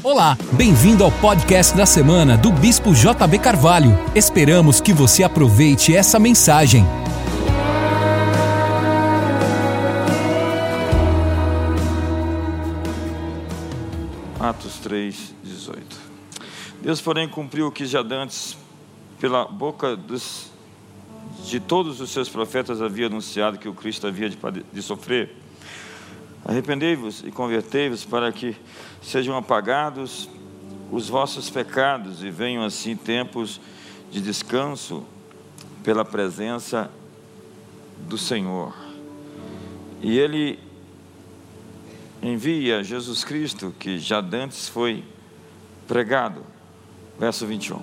Olá, bem-vindo ao podcast da semana do Bispo JB Carvalho. Esperamos que você aproveite essa mensagem. Atos 3:18. Deus, porém, cumpriu o que já dantes, pela boca de todos os seus profetas, havia anunciado que o Cristo havia de sofrer. Arrependei-vos e convertei-vos para que sejam apagados os vossos pecados e venham assim tempos de descanso pela presença do Senhor. E Ele envia Jesus Cristo, que já dantes foi pregado. Verso 21.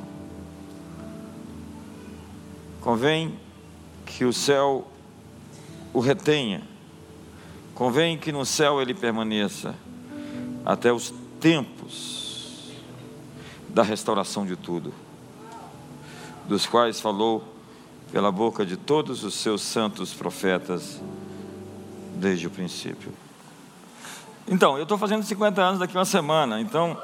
Convém que o céu o retenha, convém que no céu ele permaneça até os tempos da restauração de tudo, dos quais falou pela boca de todos os seus santos profetas desde o princípio. Então, eu estou fazendo 50 anos daqui a uma semana, então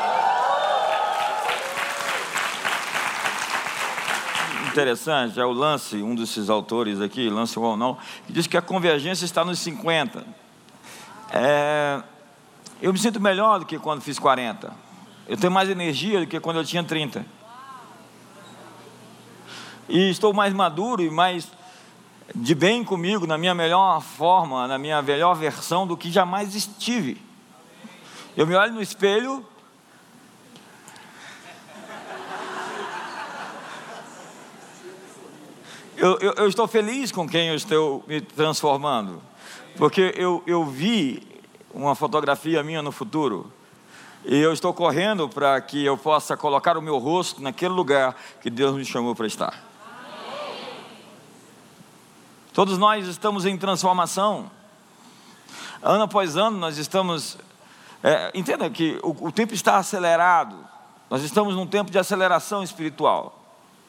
interessante, é o Lance, um desses autores aqui, Lance Wallnau, que diz que a convergência está nos 50. Eu me sinto melhor do que quando fiz 40. Eu tenho mais energia do que quando eu tinha 30. E estou mais maduro e mais de bem comigo, na minha melhor forma, na minha melhor versão do que jamais estive. Eu me olho no espelho, eu estou feliz com quem eu estou me transformando, porque eu vi uma fotografia minha no futuro, e eu estou correndo para que eu possa colocar o meu rosto naquele lugar que Deus me chamou para estar. Todos nós estamos em transformação, ano após ano nós estamos, entenda que o tempo está acelerado, nós estamos num tempo de aceleração espiritual.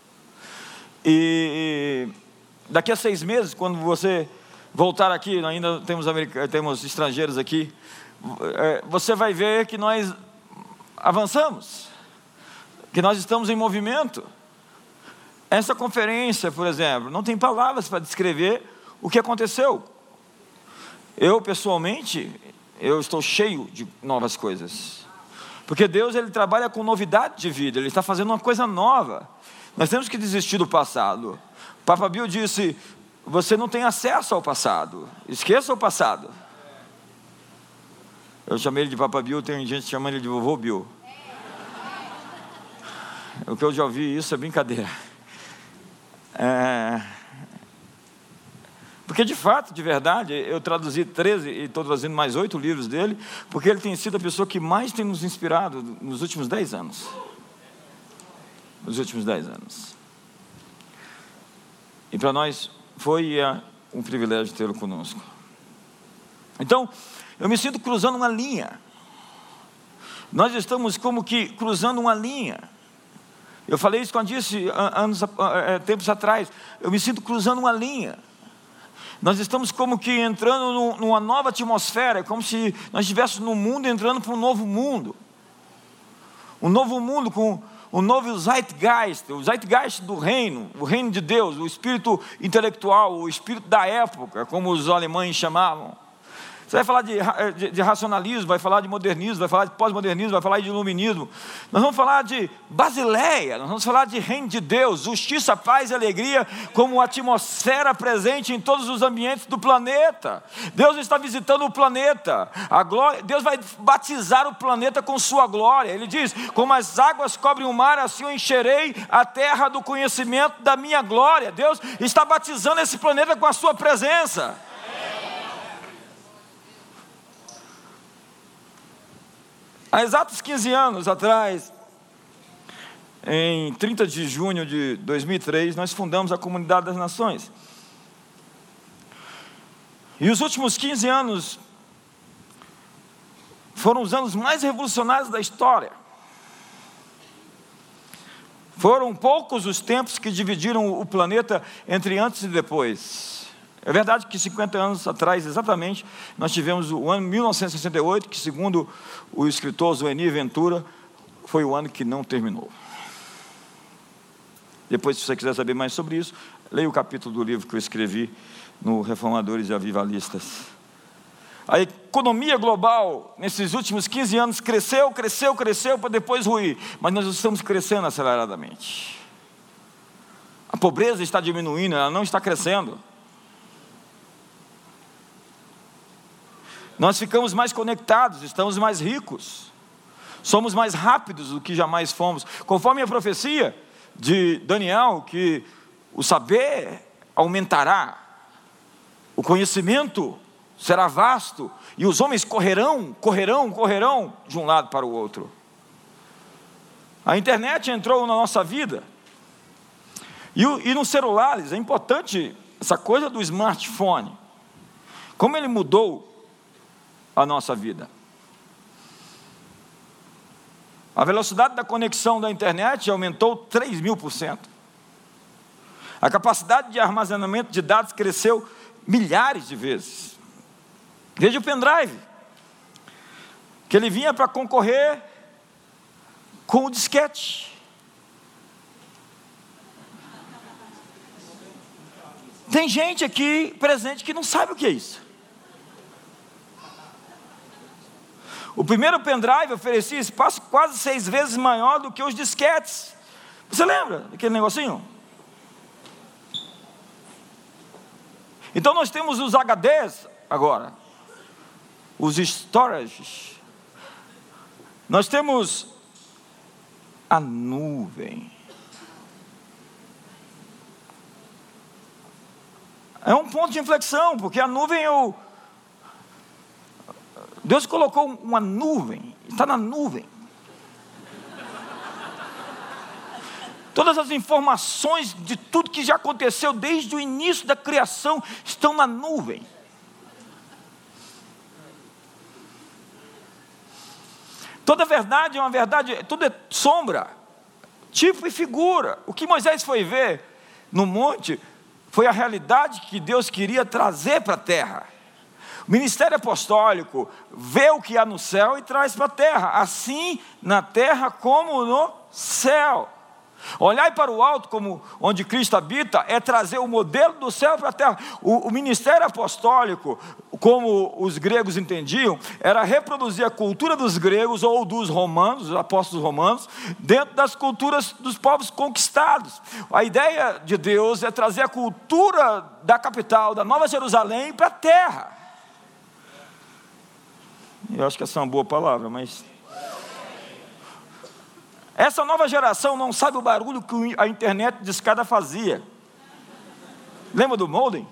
E daqui a 6 meses, quando você voltar aqui, ainda temos estrangeiros aqui, você vai ver que nós avançamos, que nós estamos em movimento. Essa conferência, por exemplo, não tem palavras para descrever o que aconteceu. Eu, pessoalmente, eu estou cheio de novas coisas, porque Deus, Ele trabalha com novidade de vida, Ele está fazendo uma coisa nova. Nós temos que desistir do passado. Papa Bill disse: você não tem acesso ao passado, esqueça o passado. Eu chamei ele de Papa Bill, tem gente chamando ele de Vovô Bill. O que eu já ouvi isso é brincadeira. Porque de fato, de verdade, eu traduzi 13 e estou traduzindo mais 8 livros dele, porque ele tem sido a pessoa que mais tem nos inspirado nos últimos 10 anos. Nos últimos 10 anos. E para nós foi e é um privilégio tê-lo conosco. Então, eu me sinto cruzando uma linha. Nós estamos como que cruzando uma linha. Eu falei isso quando disse tempos atrás. Eu me sinto cruzando uma linha. Nós estamos como que entrando numa nova atmosfera, como se nós estivéssemos no mundo entrando para um novo mundo. Um novo mundo com o novo Zeitgeist, o Zeitgeist do reino, o reino de Deus, o espírito intelectual, o espírito da época, como os alemães chamavam. Você vai falar de racionalismo, vai falar de modernismo, vai falar de pós-modernismo, vai falar de iluminismo. Nós vamos falar de Basileia, nós vamos falar de reino de Deus, justiça, paz e alegria, como atmosfera presente em todos os ambientes do planeta. Deus está visitando o planeta. Deus vai batizar o planeta com sua glória. Ele diz: como as águas cobrem o mar, assim eu encherei a terra do conhecimento da minha glória. Deus está batizando esse planeta com a sua presença. Há exatos 15 anos atrás, em 30 de junho de 2003, nós fundamos a Comunidade das Nações. E os últimos 15 anos foram os anos mais revolucionários da história. Foram poucos os tempos que dividiram o planeta entre antes e depois. É verdade que 50 anos atrás, exatamente, nós tivemos o ano 1968, que segundo o escritor Zueni Ventura, foi o ano que não terminou. Depois, se você quiser saber mais sobre isso, leia o capítulo do livro que eu escrevi no Reformadores e Avivalistas. A economia global, nesses últimos 15 anos, cresceu para depois ruir. Mas nós estamos crescendo aceleradamente. A pobreza está diminuindo, ela não está crescendo. Nós ficamos mais conectados, estamos mais ricos. Somos mais rápidos do que jamais fomos. Conforme a profecia de Daniel, que o saber aumentará, o conhecimento será vasto, e os homens correrão de um lado para o outro. A internet entrou na nossa vida, e nos celulares, é importante essa coisa do smartphone, como ele mudou a nossa vida. A velocidade da conexão da internet aumentou 3.000%. A capacidade de armazenamento de dados cresceu milhares de vezes. Veja o pendrive, que ele vinha para concorrer com o disquete. Tem gente aqui presente que não sabe o que é isso. O primeiro pendrive oferecia espaço quase 6 vezes maior do que os disquetes. Você lembra daquele negocinho? Então nós temos os HDs agora, os storages. Nós temos a nuvem. É um ponto de inflexão, porque a nuvem Deus colocou uma nuvem, está na nuvem. Todas as informações de tudo que já aconteceu desde o início da criação estão na nuvem. Toda verdade é uma verdade, tudo é sombra, tipo e figura. O que Moisés foi ver no monte foi a realidade que Deus queria trazer para a terra. O ministério apostólico vê o que há no céu e traz para a terra, assim na terra como no céu. Olhar para o alto, como onde Cristo habita, é trazer o modelo do céu para a terra. O ministério apostólico, como os gregos entendiam, era reproduzir a cultura dos gregos ou dos romanos, os apóstolos romanos, dentro das culturas dos povos conquistados. A ideia de Deus é trazer a cultura da capital, da Nova Jerusalém, para a terra. Eu acho que essa é uma boa palavra, mas... Essa nova geração não sabe o barulho que a internet de escada fazia. Lembra do modem?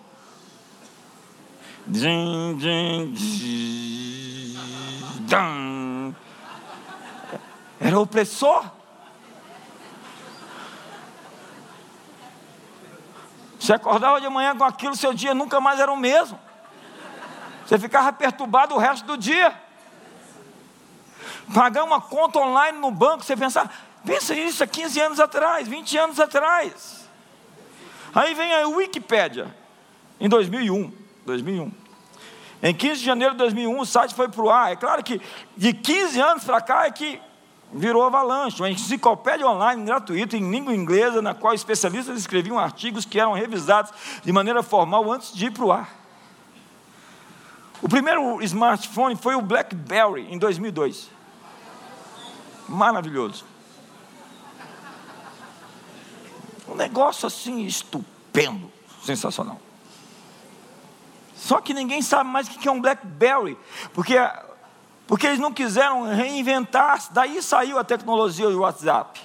Era opressor. Você acordava de manhã com aquilo, seu dia nunca mais era o mesmo. Você ficava perturbado o resto do dia. Pagar uma conta online no banco, você pensa isso há 15 anos atrás, 20 anos atrás. Aí vem a Wikipédia, em 2001. Em 15 de janeiro de 2001, o site foi para o ar. É claro que de 15 anos para cá é que virou avalanche. Uma enciclopédia online gratuita em língua inglesa, na qual especialistas escreviam artigos que eram revisados de maneira formal antes de ir para o ar. O primeiro smartphone foi o BlackBerry, em 2002. Maravilhoso. Um negócio assim estupendo, sensacional. Só que ninguém sabe mais o que é um BlackBerry, porque eles não quiseram reinventar. Daí saiu a tecnologia do WhatsApp.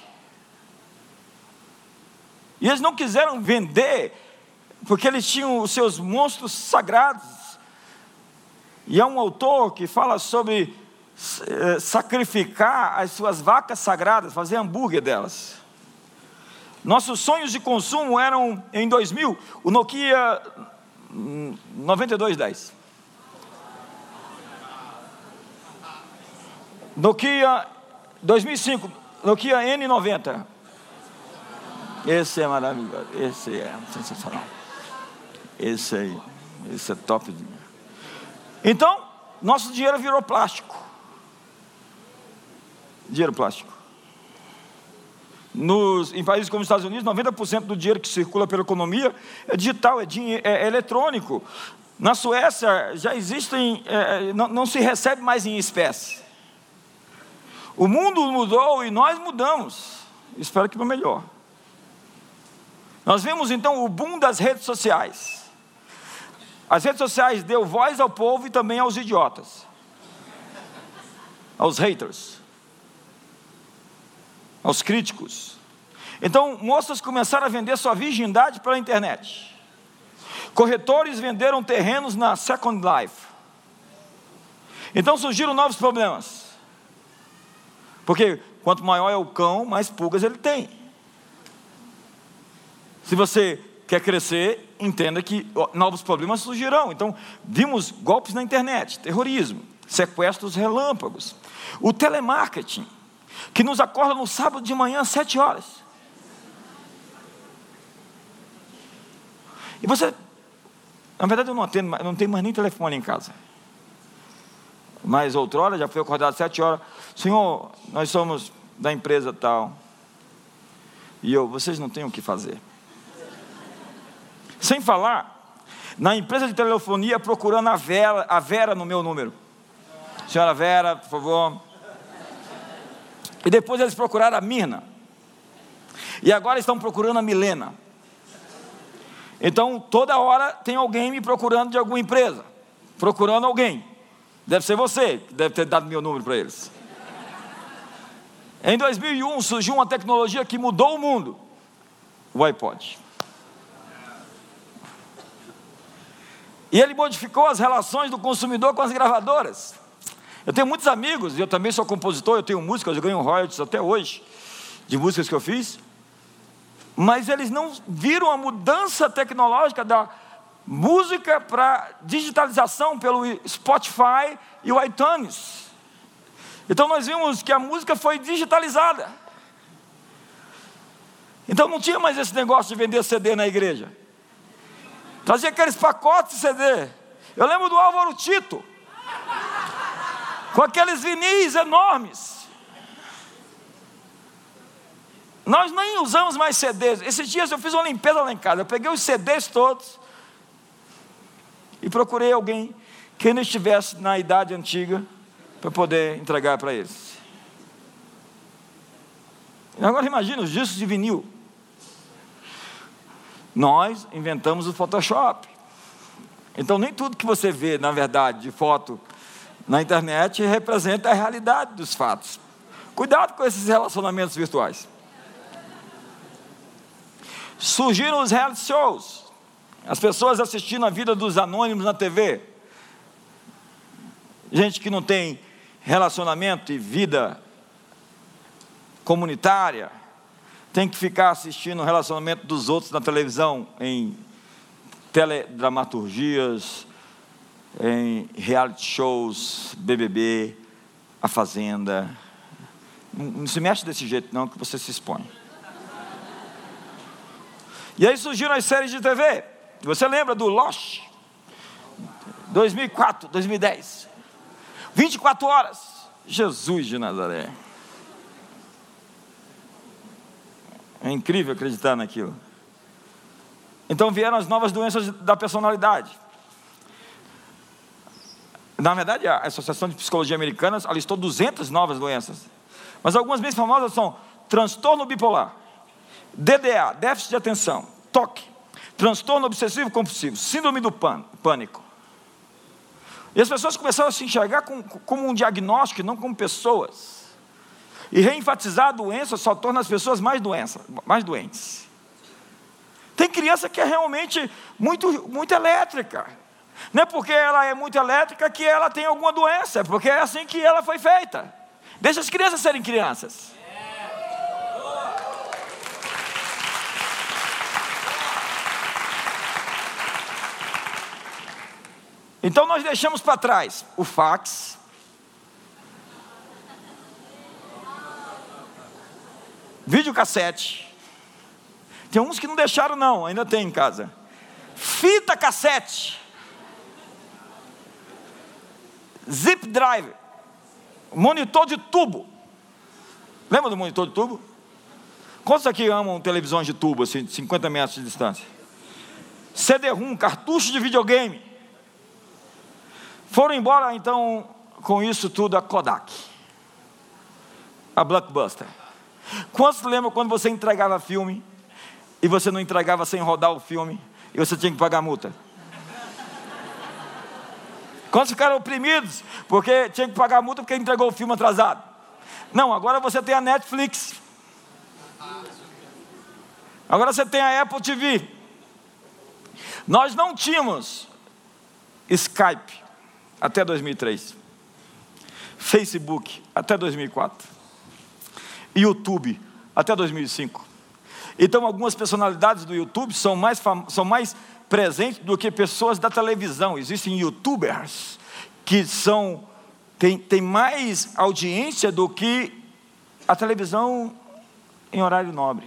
E eles não quiseram vender, porque eles tinham os seus monstros sagrados. E há um autor que fala sobre sacrificar as suas vacas sagradas, fazer hambúrguer delas. Nossos sonhos de consumo eram, em 2000, o Nokia 9210. Nokia 2005, Nokia N90. Esse é maravilhoso, esse é sensacional. Esse aí. Isso é top. Então, nosso dinheiro virou plástico. Dinheiro plástico. Em países como os Estados Unidos, 90% do dinheiro que circula pela economia é digital, é eletrônico. Na Suécia já existem, não se recebe mais em espécie. O mundo mudou e nós mudamos. Espero que para melhor. Nós vemos então o boom das redes sociais. As redes sociais deu voz ao povo e também aos idiotas, aos haters, aos críticos. Então, moças começaram a vender sua virgindade pela internet. Corretores venderam terrenos na Second Life. Então surgiram novos problemas. Porque quanto maior é o cão, mais pulgas ele tem. Se você quer crescer, entenda que novos problemas surgirão. Então, vimos golpes na internet, terrorismo, sequestros relâmpagos. O telemarketing, que nos acorda no sábado de manhã às 7 horas. E você, na verdade eu não tenho mais nem telefone em casa. Mas outrora, já fui acordado às 7 horas. Senhor, nós somos da empresa tal. E vocês não têm o que fazer. Sem falar, na empresa de telefonia procurando a Vera no meu número. Senhora Vera, por favor. E depois eles procuraram a Mirna. E agora estão procurando a Milena. Então, toda hora tem alguém me procurando de alguma empresa. Procurando alguém. Deve ser você, que deve ter dado meu número para eles. Em 2001 surgiu uma tecnologia que mudou o mundo. O iPod. E ele modificou as relações do consumidor com as gravadoras. Eu tenho muitos amigos, e eu também sou compositor, eu tenho músicas, eu ganho royalties até hoje, de músicas que eu fiz. Mas eles não viram a mudança tecnológica da música para digitalização pelo Spotify e o iTunes. Então nós vimos que a música foi digitalizada. Então não tinha mais esse negócio de vender CD na igreja. Trazia aqueles pacotes de CD. Eu lembro do Álvaro Tito, com aqueles vinis enormes. Nós nem usamos mais CDs. Esses dias eu fiz uma limpeza lá em casa. Eu peguei os CDs todos e procurei alguém que ainda estivesse na idade antiga para poder entregar para eles. Agora imagina os discos de vinil. Nós inventamos o Photoshop. Então nem tudo que você vê, na verdade, de foto na internet representa a realidade dos fatos. Cuidado com esses relacionamentos virtuais. Surgiram os reality shows. As pessoas assistindo a vida dos anônimos na TV. Gente que não tem relacionamento e vida comunitária, tem que ficar assistindo o relacionamento dos outros na televisão, em teledramaturgias, em reality shows, BBB, A Fazenda. Não se mexe desse jeito não, que você se expõe. E aí surgiram as séries de TV. Você lembra do Lost? 2004, 2010. 24 horas. Jesus de Nazaré. É incrível acreditar naquilo. Então vieram as novas doenças da personalidade. Na verdade, a Associação de Psicologia Americana alistou 200 novas doenças. Mas algumas bem famosas são transtorno bipolar, DDA, déficit de atenção, TOC, transtorno obsessivo compulsivo, síndrome do pânico. E as pessoas começaram a se enxergar como um diagnóstico, não como pessoas. E reenfatizar a doença só torna as pessoas mais doentes. Tem criança que é realmente muito elétrica. Não é porque ela é muito elétrica que ela tem alguma doença, é porque é assim que ela foi feita. Deixa as crianças serem crianças. Então nós deixamos para trás o fax, videocassete. Tem uns que não deixaram não, ainda tem em casa. Fita cassete. zip drive, monitor de tubo. Lembra do monitor de tubo? Quantos aqui amam televisões de tubo, assim, de 50 metros de distância? CD-ROM, cartucho de videogame. Foram embora, então, com isso tudo, a Kodak, a Blockbuster. Quantos lembram quando você entregava filme, e você não entregava sem rodar o filme, e você tinha que pagar multa? Quantos ficaram oprimidos, porque tinha que pagar multa porque entregou o filme atrasado? Não, agora você tem a Netflix. Agora você tem a Apple TV. Nós não tínhamos Skype até 2003. Facebook até 2004. YouTube até 2005. Então algumas personalidades do YouTube são mais presentes do que pessoas da televisão. Existem YouTubers que têm mais audiência do que a televisão em horário nobre.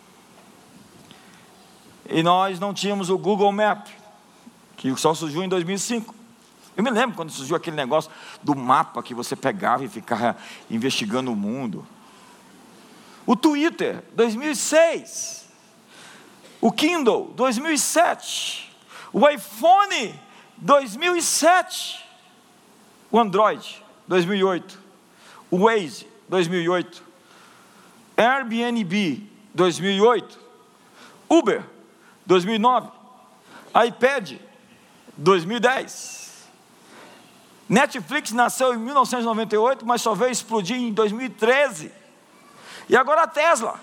E nós não tínhamos o Google Maps, que só surgiu em 2005. Eu me lembro quando surgiu aquele negócio do mapa que você pegava e ficava investigando o mundo. O Twitter, 2006. O Kindle, 2007. O iPhone, 2007. O Android, 2008. O Waze, 2008. Airbnb, 2008. Uber, 2009. iPad, 2010. Netflix nasceu em 1998, mas só veio explodir em 2013. E agora a Tesla.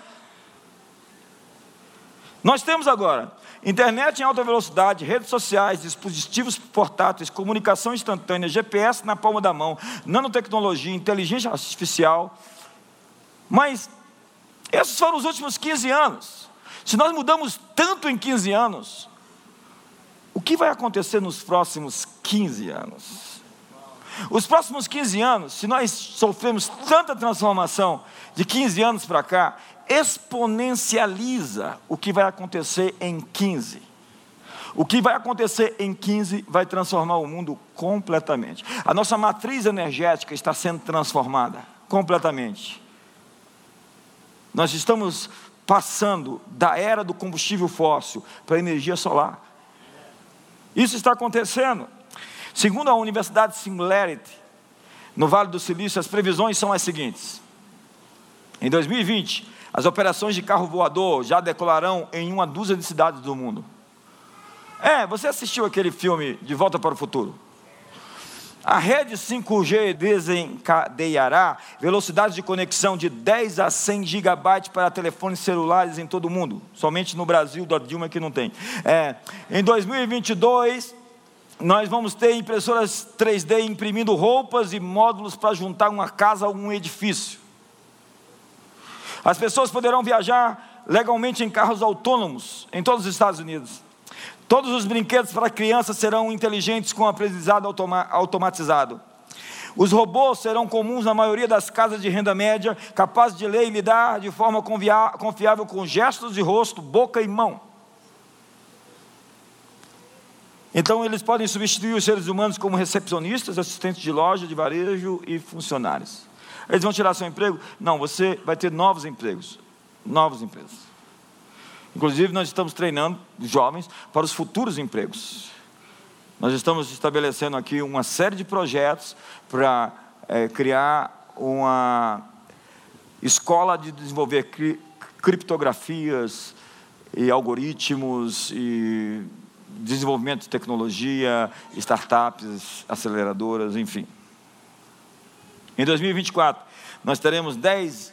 Nós temos agora internet em alta velocidade, redes sociais, dispositivos portáteis, comunicação instantânea, GPS na palma da mão, nanotecnologia, inteligência artificial. Mas esses foram os últimos 15 anos. Se nós mudamos tanto em 15 anos, o que vai acontecer nos próximos 15 anos? Os próximos 15 anos, se nós sofremos tanta transformação de 15 anos para cá, exponencializa o que vai acontecer em 15. O que vai acontecer em 15 vai transformar o mundo completamente. A nossa matriz energética está sendo transformada completamente. Nós estamos passando da era do combustível fóssil para a energia solar. Isso está acontecendo. Segundo a Universidade Singularity, no Vale do Silício, as previsões são as seguintes. Em 2020, as operações de carro voador já decolarão em 12 cidades do mundo. Você assistiu aquele filme De Volta para o Futuro? A rede 5G desencadeará velocidades de conexão de 10 a 100 gigabytes para telefones celulares em todo o mundo. Somente no Brasil, da Dilma, que não tem. Em 2022, nós vamos ter impressoras 3D imprimindo roupas e módulos para juntar uma casa a um edifício. As pessoas poderão viajar legalmente em carros autônomos em todos os Estados Unidos. Todos os brinquedos para crianças serão inteligentes com aprendizado automatizado. Os robôs serão comuns na maioria das casas de renda média, capazes de ler e lidar de forma confiável com gestos de rosto, boca e mão. Então eles podem substituir os seres humanos como recepcionistas, assistentes de loja, de varejo e funcionários. Eles vão tirar seu emprego? Não, você vai ter novos empregos. Novos empregos. Inclusive, nós estamos treinando jovens para os futuros empregos. Nós estamos estabelecendo aqui uma série de projetos para criar uma escola de desenvolver criptografias e algoritmos e desenvolvimento de tecnologia, startups, aceleradoras, enfim. Em 2024, nós teremos 10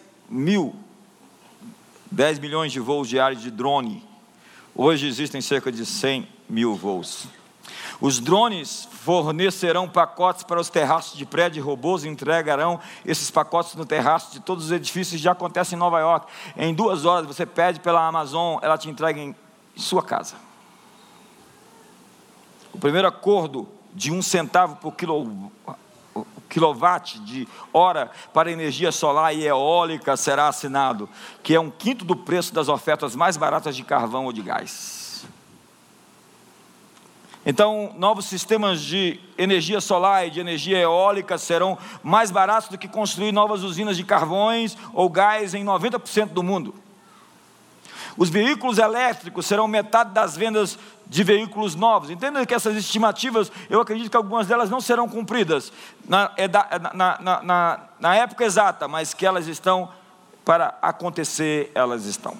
milhões de voos diários de drone. Hoje existem cerca de 100 mil voos. Os drones fornecerão pacotes para os terraços de prédio e robôs entregarão esses pacotes no terraço de todos os edifícios. Já acontece em Nova York. Em 2 horas você pede pela Amazon, ela te entrega em sua casa. O primeiro acordo de 1 centavo por quilowatt de hora para energia solar e eólica será assinado, que é 1/5 do preço das ofertas mais baratas de carvão ou de gás. Então, novos sistemas de energia solar e de energia eólica serão mais baratos do que construir novas usinas de carvões ou gás em 90% do mundo. Os veículos elétricos serão metade das vendas de veículos novos. Entenda que essas estimativas, eu acredito que algumas delas não serão cumpridas na época exata, mas que elas estão para acontecer, elas estão.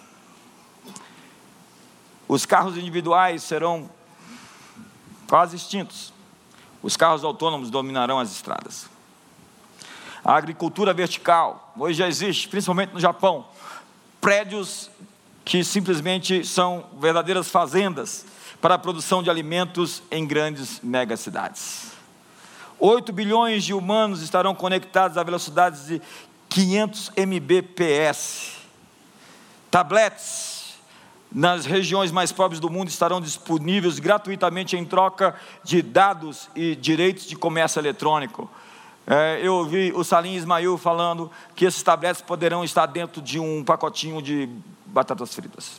Os carros individuais serão quase extintos. Os carros autônomos dominarão as estradas. A agricultura vertical, hoje já existe, principalmente no Japão, prédios que simplesmente são verdadeiras fazendas para a produção de alimentos em grandes megacidades. 8 bilhões de humanos estarão conectados a velocidades de 500 Mbps. Tablets nas regiões mais pobres do mundo estarão disponíveis gratuitamente em troca de dados e direitos de comércio eletrônico. Eu ouvi o Salim Ismail falando que esses tablets poderão estar dentro de um pacotinho de batatas fritas.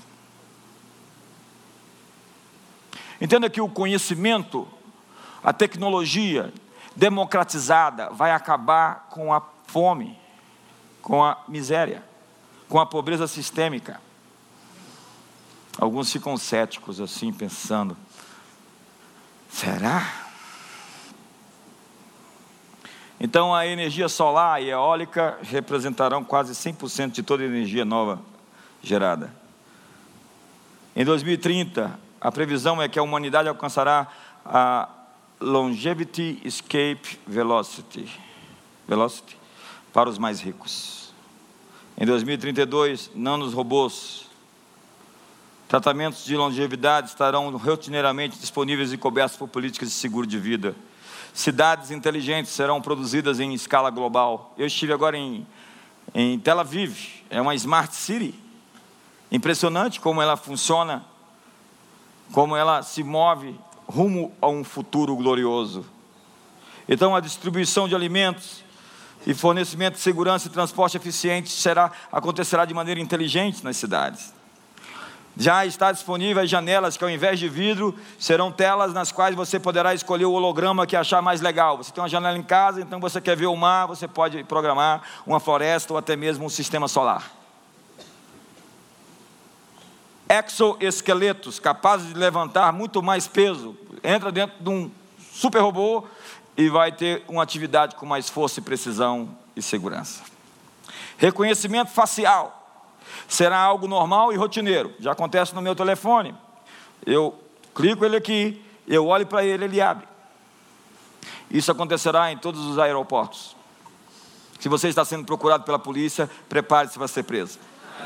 Entenda que o conhecimento, a tecnologia democratizada vai acabar com a fome, com a miséria, com a pobreza sistêmica. Alguns ficam céticos assim, pensando, será? Então a energia solar e eólica representarão quase 100% de toda a energia nova gerada. Em 2030, a previsão é que a humanidade alcançará a Longevity Escape Velocity para os mais ricos. Em 2032, nanorobôs, tratamentos de longevidade estarão rotineiramente disponíveis e cobertos por políticas de seguro de vida. Cidades inteligentes serão produzidas em escala global. Eu estive agora em Tel Aviv, é uma Smart City. Impressionante como ela funciona, como ela se move rumo a um futuro glorioso. Então a distribuição de alimentos e fornecimento de segurança e transporte eficiente acontecerá de maneira inteligente nas cidades. Já está disponível as janelas que, ao invés de vidro, serão telas nas quais você poderá escolher o holograma que achar mais legal. Você tem uma janela em casa, então você quer ver o mar, você pode programar uma floresta ou até mesmo um sistema solar. Exoesqueletos capazes de levantar muito mais peso. Entra dentro de um super robô e vai ter uma atividade com mais força e precisão e segurança. Reconhecimento facial será algo normal e rotineiro. Já acontece no meu telefone. Eu clico ele aqui, eu olho para ele, ele abre. Isso acontecerá em todos os aeroportos. Se você está sendo procurado pela polícia, prepare-se para ser preso.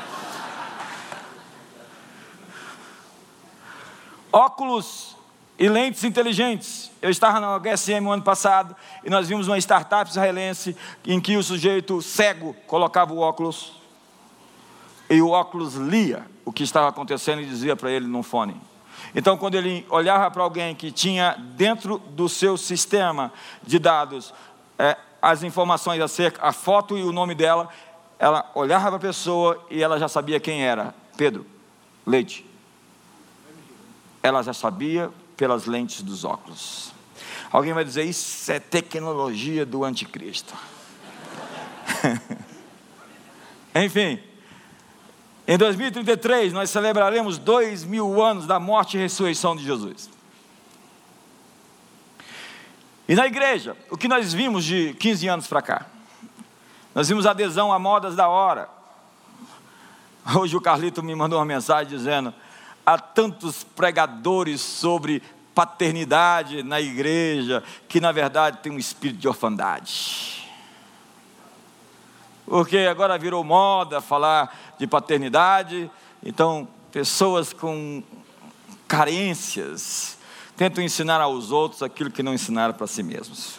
Óculos e lentes inteligentes. Eu estava na HSM no ano passado e nós vimos uma startup israelense em que o sujeito cego colocava o óculos e o óculos lia o que estava acontecendo e dizia para ele num fone. Então, quando ele olhava para alguém que tinha dentro do seu sistema de dados as informações acerca, a foto e o nome dela, ela olhava para a pessoa e ela já sabia quem era. Pedro Leite. Ela já sabia pelas lentes dos óculos. Alguém vai dizer, isso é tecnologia do anticristo. Enfim, em 2033 nós celebraremos 2000 anos da morte e ressurreição de Jesus. E na igreja, o que nós vimos de 15 anos para cá? Nós vimos adesão a modas da hora. Hoje o Carlito me mandou uma mensagem dizendo, há tantos pregadores sobre paternidade na igreja, que na verdade tem um espírito de orfandade. Porque agora virou moda falar de paternidade, então pessoas com carências tentam ensinar aos outros aquilo que não ensinaram para si mesmos.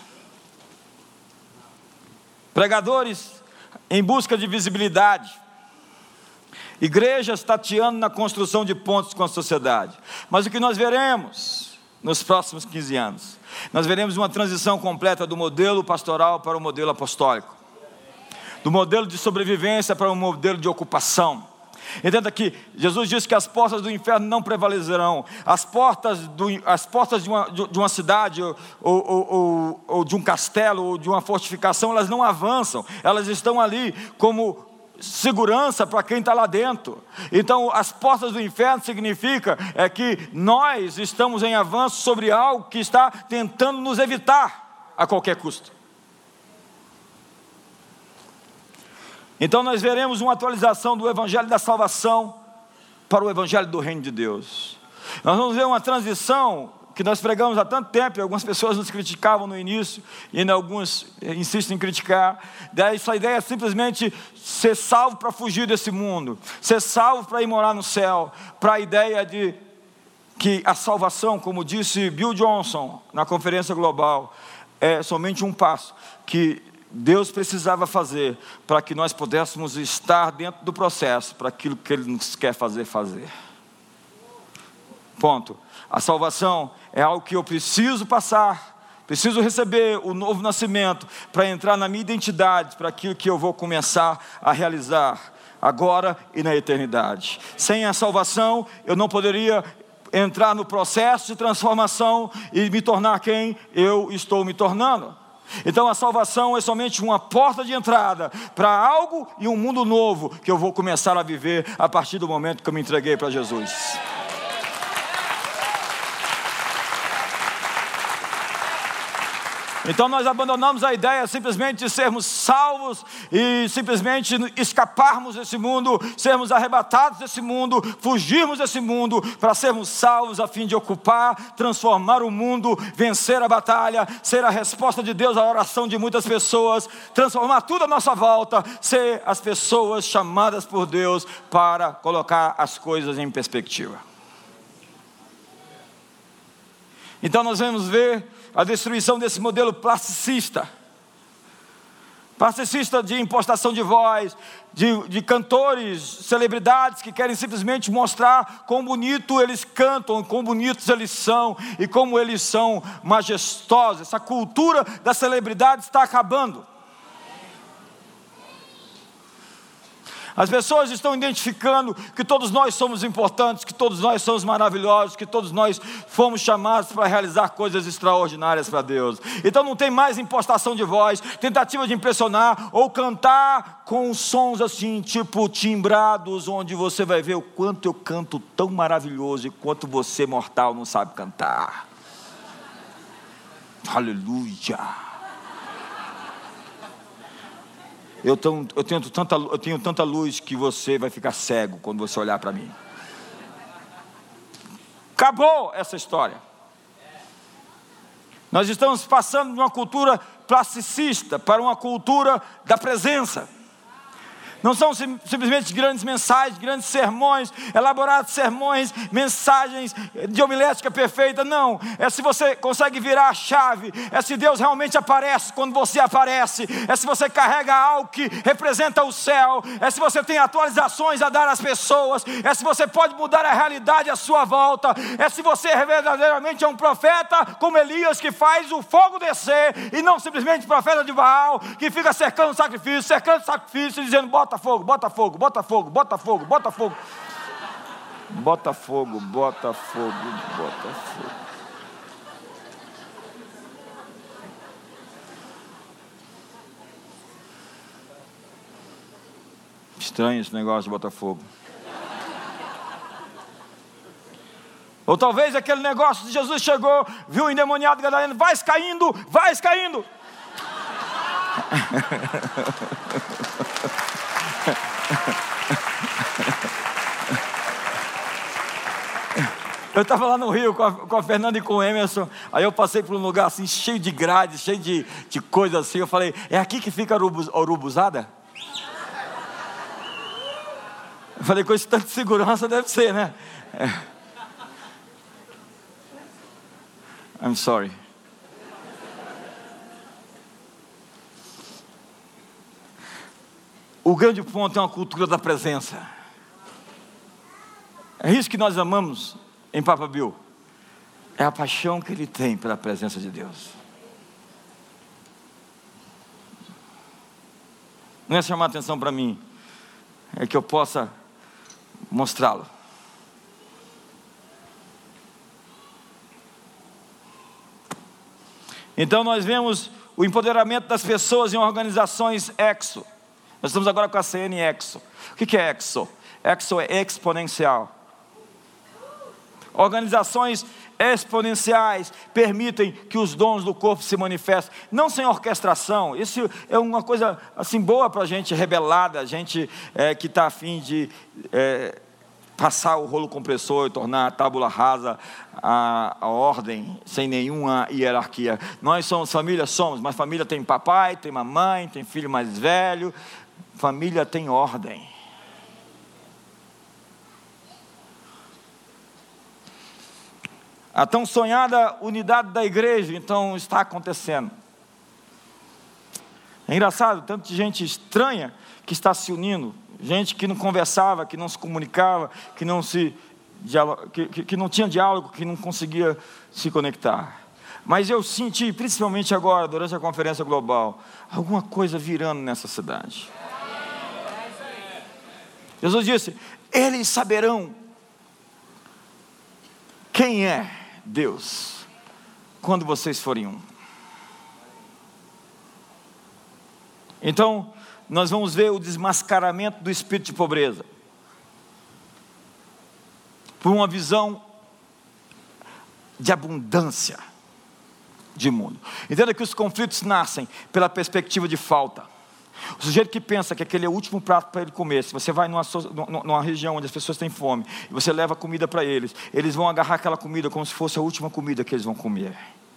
Pregadores em busca de visibilidade. Igrejas tateando na construção de pontos com a sociedade. Mas o que nós veremos nos próximos 15 anos? Nós veremos uma transição completa do modelo pastoral para o modelo apostólico. Do modelo de sobrevivência para o modelo de ocupação. Entenda que Jesus disse que as portas do inferno não prevalecerão. As portas de uma cidade, ou de um castelo, ou de uma fortificação, elas não avançam. Elas estão ali como segurança para quem está lá dentro. Então, as portas do inferno significa que nós estamos em avanço sobre algo que está tentando nos evitar a qualquer custo. Então nós veremos uma atualização do Evangelho da Salvação para o Evangelho do Reino de Deus. Nós vamos ver uma transição que nós pregamos há tanto tempo, e algumas pessoas nos criticavam no início, e ainda alguns insistem em criticar. Daí essa ideia é simplesmente ser salvo para fugir desse mundo, ser salvo para ir morar no céu, para a ideia de que a salvação, como disse Bill Johnson na Conferência Global, é somente um passo que Deus precisava fazer para que nós pudéssemos estar dentro do processo, para aquilo que Ele nos quer fazer. Ponto. A salvação é algo que eu preciso passar, preciso receber o novo nascimento, para entrar na minha identidade, para aquilo que eu vou começar a realizar, agora e na eternidade. Sem a salvação, eu não poderia entrar no processo de transformação e me tornar quem eu estou me tornando. Então a salvação é somente uma porta de entrada para algo e um mundo novo que eu vou começar a viver a partir do momento que eu me entreguei para Jesus. Então nós abandonamos a ideia simplesmente de sermos salvos e simplesmente escaparmos desse mundo, sermos arrebatados desse mundo, fugirmos desse mundo, para sermos salvos a fim de ocupar, transformar o mundo, vencer a batalha, ser a resposta de Deus à oração de muitas pessoas, transformar tudo à nossa volta, ser as pessoas chamadas por Deus para colocar as coisas em perspectiva. Então nós vamos ver a destruição desse modelo plasticista de impostação de voz, de cantores, celebridades que querem simplesmente mostrar quão bonito eles cantam, quão bonitos eles são e como eles são majestosos. Essa cultura da celebridade está acabando. As pessoas estão identificando que todos nós somos importantes, que todos nós somos maravilhosos, que todos nós fomos chamados para realizar coisas extraordinárias para Deus. Então não tem mais impostação de voz, tentativa de impressionar ou cantar com sons assim, tipo timbrados, onde você vai ver o quanto eu canto tão maravilhoso e quanto você mortal não sabe cantar. Aleluia. Eu tenho tanta luz que você vai ficar cego quando você olhar para mim. Acabou essa história. Nós estamos passando de uma cultura plasticista para uma cultura da presença. Não são simplesmente grandes mensagens, grandes sermões, elaborados sermões, mensagens de homilética perfeita. Não, é se você consegue virar a chave. É se Deus realmente aparece quando você aparece. É se você carrega algo que representa o céu. É se você tem atualizações a dar às pessoas. É se você pode mudar a realidade à sua volta. É se você verdadeiramente é um profeta como Elias, que faz o fogo descer, e não simplesmente profeta de Baal, que fica cercando sacrifício, dizendo: bota fogo, bota fogo, bota fogo, bota fogo, bota fogo. Bota fogo, bota fogo, bota fogo. Estranho esse negócio de botar fogo. Ou talvez aquele negócio de Jesus chegou, viu o endemoniado gadareno: vai caindo, vai caindo. Eu estava lá no Rio com a Fernanda e com o Emerson. Aí eu passei por um lugar assim, cheio de grades, cheio de coisa assim. Eu falei: é aqui que fica a urubuzada? Eu falei: com esse tanto de segurança deve ser, né? I'm sorry. O grande ponto é uma cultura da presença. É isso que nós amamos em Papa Bill. É a paixão que ele tem pela presença de Deus. Não é chamar atenção para mim, é que eu possa mostrá-lo. Então nós vemos o empoderamento das pessoas em organizações EXO. Nós estamos agora com a CN EXO. O que é EXO? EXO é exponencial. Organizações exponenciais permitem que os dons do corpo se manifestem, não sem orquestração. Isso é uma coisa assim boa para a gente rebelada, a gente que está a fim de passar o rolo compressor e tornar a tábula rasa a ordem, sem nenhuma hierarquia. Nós somos família, mas família tem papai, tem mamãe, tem filho mais velho. Família tem ordem. A tão sonhada unidade da igreja, então, está acontecendo. É engraçado, tanto de gente estranha que está se unindo, gente que não conversava, que não se comunicava, que não tinha diálogo, que não conseguia se conectar. Mas eu senti, principalmente agora, durante a conferência global, alguma coisa virando nessa cidade. Jesus disse: eles saberão quem é Deus quando vocês forem um. Então, nós vamos ver o desmascaramento do espírito de pobreza por uma visão de abundância de mundo. Entenda que os conflitos nascem pela perspectiva de falta. O sujeito que pensa que aquele é o último prato para ele comer, se você vai numa região onde as pessoas têm fome, e você leva comida para eles, eles vão agarrar aquela comida como se fosse a última comida que eles vão comer.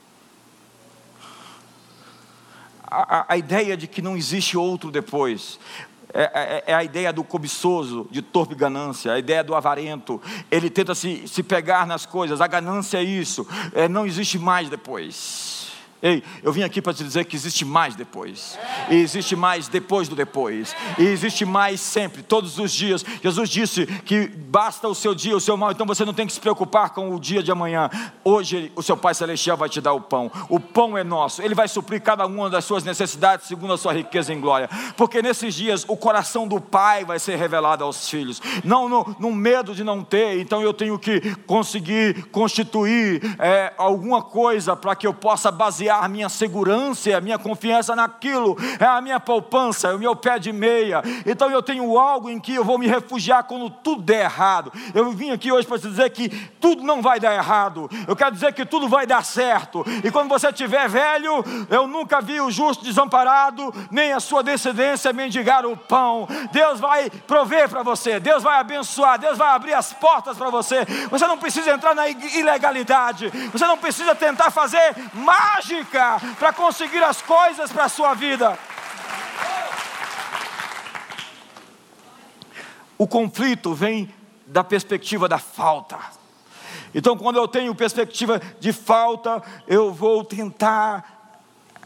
A ideia de que não existe outro depois, é a ideia do cobiçoso, de torpe ganância, a ideia do avarento. Ele tenta se pegar nas coisas, a ganância é isso, não existe mais depois. Ei, eu vim aqui para te dizer que existe mais depois, e existe mais depois do depois, e existe mais sempre, todos os dias. Jesus disse que basta o seu dia, o seu mal, então você não tem que se preocupar com o dia de amanhã. Hoje o seu Pai Celestial vai te dar o pão é nosso, Ele vai suprir cada uma das suas necessidades segundo a sua riqueza em glória, porque nesses dias o coração do Pai vai ser revelado aos filhos, não no medo de não ter. Então eu tenho que conseguir constituir alguma coisa para que eu possa basear a minha segurança, a minha confiança naquilo, é a minha poupança, é o meu pé de meia. Então eu tenho algo em que eu vou me refugiar quando tudo der errado. Eu vim aqui hoje para te dizer que tudo não vai dar errado, eu quero dizer que tudo vai dar certo. E quando você estiver velho, eu nunca vi o justo desamparado, nem a sua descendência mendigar o pão. Deus vai prover para você, Deus vai abençoar, Deus vai abrir as portas para você. Você não precisa entrar na ilegalidade, você não precisa tentar fazer mágica para conseguir as coisas para a sua vida. O conflito vem da perspectiva da falta. Então, quando eu tenho perspectiva de falta, eu vou tentar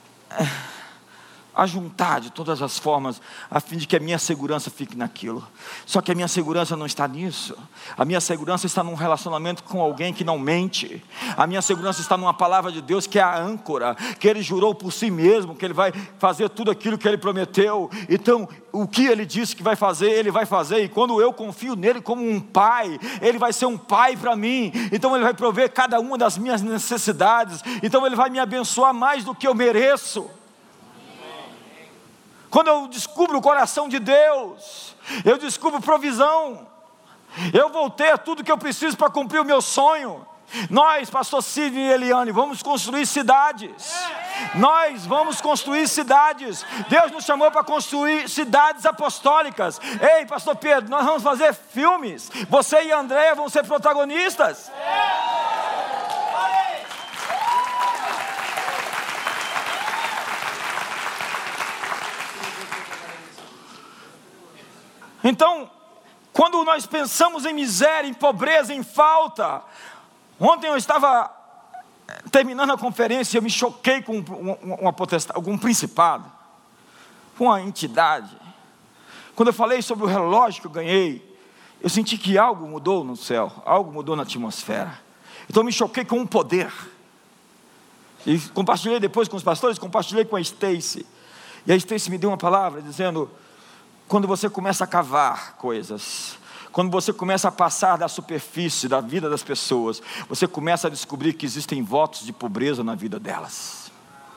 ajuntar de todas as formas, a fim de que a minha segurança fique naquilo. Só que a minha segurança não está nisso. A minha segurança está num relacionamento com alguém que não mente. A minha segurança está numa palavra de Deus que é a âncora, que Ele jurou por si mesmo, que Ele vai fazer tudo aquilo que Ele prometeu. Então, o que Ele disse que vai fazer, Ele vai fazer. E quando eu confio nele como um pai, Ele vai ser um pai para mim. Então Ele vai prover cada uma das minhas necessidades. Então Ele vai me abençoar mais do que eu mereço. Quando eu descubro o coração de Deus, eu descubro provisão. Eu vou ter tudo que eu preciso para cumprir o meu sonho. Nós, pastor Sidney e Eliane, vamos construir cidades. Nós vamos construir cidades. Deus nos chamou para construir cidades apostólicas. Ei, pastor Pedro, nós vamos fazer filmes. Você e a Andréia vão ser protagonistas. Então, quando nós pensamos em miséria, em pobreza, em falta. Ontem eu estava terminando a conferência e eu me choquei com uma potestade, um principado, com uma entidade. Quando eu falei sobre o relógio que eu ganhei, eu senti que algo mudou no céu, algo mudou na atmosfera. Então eu me choquei com um poder. E compartilhei depois com os pastores, compartilhei com a Stacy. E a Stacy me deu uma palavra dizendo: quando você começa a cavar coisas, Quando você começa a passar da superfície da vida das pessoas, você começa a descobrir que existem votos de pobreza na vida delas.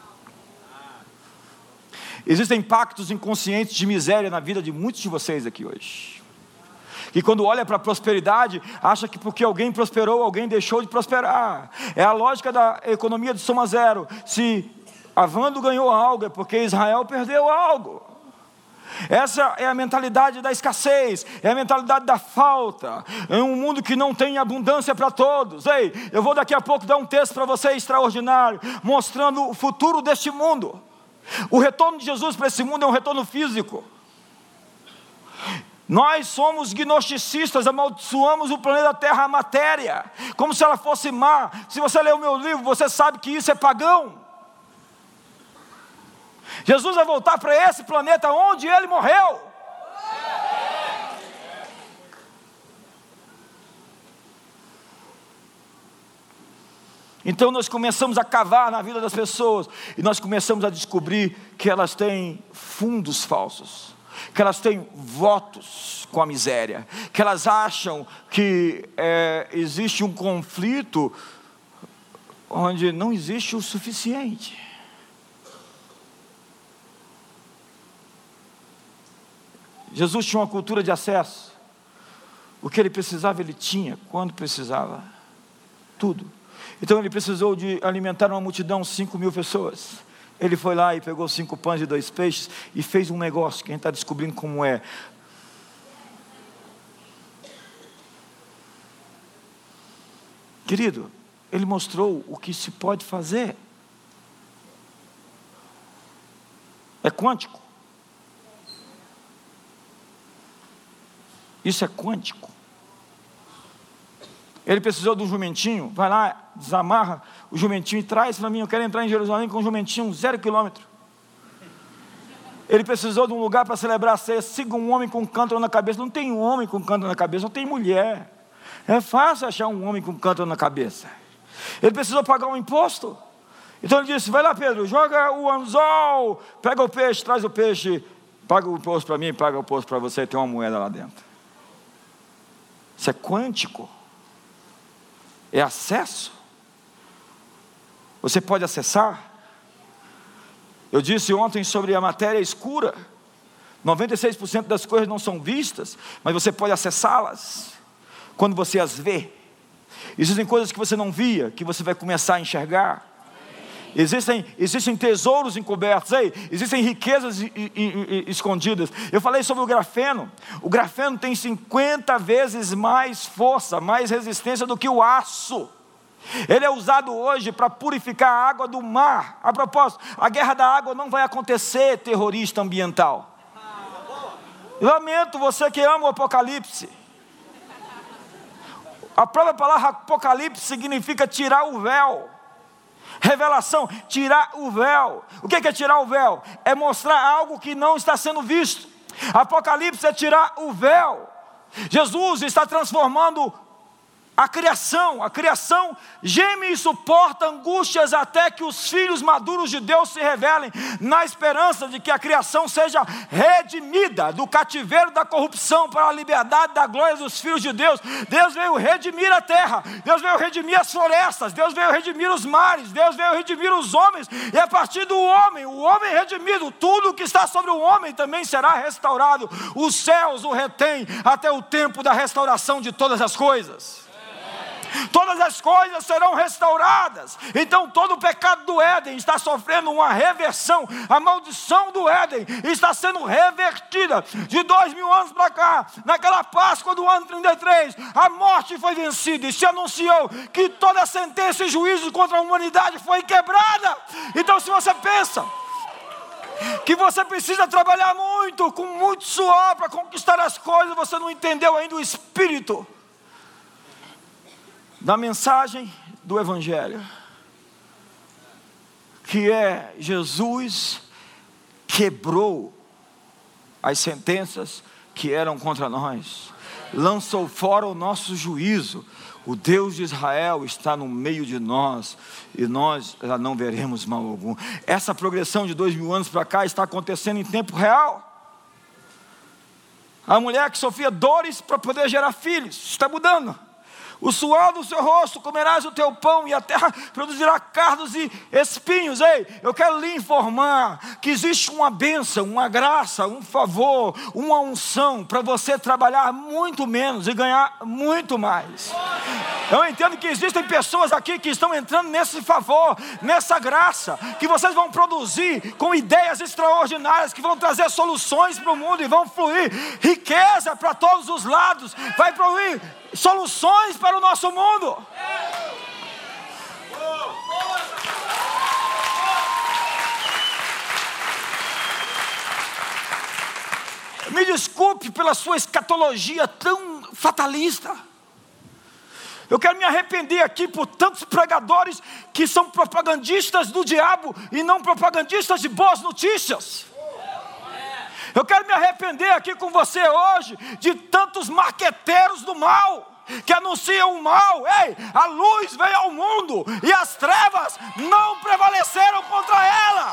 Existem pactos inconscientes de miséria na vida de muitos de vocês aqui hoje. E quando olha para a prosperidade, acha que porque alguém prosperou, alguém deixou de prosperar. É a lógica da economia de soma zero. Se Avando ganhou algo, é porque Israel perdeu algo. Essa é a mentalidade da escassez, é a mentalidade da falta. É um mundo que não tem abundância para todos. Ei, eu vou daqui a pouco dar um texto para você extraordinário, mostrando o futuro deste mundo. O retorno de Jesus para esse mundo é um retorno físico. Nós somos gnosticistas, amaldiçoamos o planeta Terra, a matéria, como se ela fosse má. Se você ler o meu livro, você sabe que isso é pagão. Jesus vai voltar para esse planeta onde Ele morreu. Então nós começamos a cavar na vida das pessoas, e nós começamos a descobrir que elas têm fundos falsos, que elas têm votos com a miséria, que elas acham que existe um conflito onde não existe o suficiente. Jesus tinha uma cultura de acesso. O que ele precisava, ele tinha, quando precisava, tudo. Então ele precisou de alimentar uma multidão, 5.000 pessoas. Ele foi lá e pegou 5 pães e 2 peixes e fez um negócio que a gente está descobrindo como é. Querido, ele mostrou o que se pode fazer. É quântico. Isso é quântico. Ele precisou de um jumentinho. Vai lá, desamarra o jumentinho e traz para mim. Eu quero entrar em Jerusalém com um jumentinho 0 quilômetro. Ele precisou de um lugar para celebrar a ceia. Siga um homem com um cântaro na cabeça. Não tem um homem com cântaro na cabeça, não tem mulher. É fácil achar um homem com cântaro na cabeça. Ele precisou pagar um imposto. Então ele disse: vai lá, Pedro, joga o anzol, pega o peixe, traz o peixe, paga o imposto para mim, paga o imposto para você, tem uma moeda lá dentro. Isso é quântico. É acesso. Você pode acessar. Eu disse ontem sobre a matéria escura. 96% das coisas não são vistas, mas você pode acessá-las quando você as vê. Existem coisas que você não via, que você vai começar a enxergar. Existem tesouros encobertos, existem riquezas escondidas. Eu falei sobre o grafeno. O grafeno tem 50 vezes mais força, mais resistência do que o aço. Ele é usado hoje para purificar a água do mar. A propósito, a guerra da água não vai acontecer, terrorista ambiental. Lamento você que ama o Apocalipse. A própria palavra Apocalipse significa tirar o véu. Revelação, tirar o véu. O que é tirar o véu? É mostrar algo que não está sendo visto. Apocalipse é tirar o véu. Jesus está transformando a criação geme e suporta angústias até que os filhos maduros de Deus se revelem, na esperança de que a criação seja redimida do cativeiro da corrupção para a liberdade da glória dos filhos de Deus. Deus veio redimir a terra, Deus veio redimir as florestas, Deus veio redimir os mares, Deus veio redimir os homens, e a partir do homem, o homem redimido, tudo que está sobre o homem também será restaurado. Os céus o retêm até o tempo da restauração de todas as coisas. Todas as coisas serão restauradas. Então todo o pecado do Éden está sofrendo uma reversão. A maldição do Éden está sendo revertida. De 2000 anos para cá, naquela Páscoa do ano 33, a morte foi vencida e se anunciou que toda a sentença e juízo contra a humanidade foi quebrada. Então se você pensa que você precisa trabalhar muito, com muito suor para conquistar as coisas, você não entendeu ainda o espírito da mensagem do Evangelho, que é Jesus quebrou as sentenças que eram contra nós, lançou fora o nosso juízo. O Deus de Israel está no meio de nós e nós já não veremos mal algum. Essa progressão de 2000 anos para cá está acontecendo em tempo real. A mulher que sofria dores para poder gerar filhos, está mudando. O suor do seu rosto comerás o teu pão, e a terra produzirá cardos e espinhos. Ei, eu quero lhe informar que existe uma bênção, uma graça, um favor, uma unção para você trabalhar muito menos e ganhar muito mais. Eu entendo que existem pessoas aqui que estão entrando nesse favor, nessa graça, que vocês vão produzir com ideias extraordinárias, que vão trazer soluções para o mundo e vão fluir riqueza para todos os lados, vai fluir soluções para o nosso mundo. Me desculpe pela sua escatologia tão fatalista. Eu quero me arrepender aqui por tantos pregadores que são propagandistas do diabo e não propagandistas de boas notícias. Eu quero me arrepender aqui com você hoje de tantos marqueteiros do mal, que anunciam o mal. Ei, a luz veio ao mundo e as trevas não prevaleceram contra ela.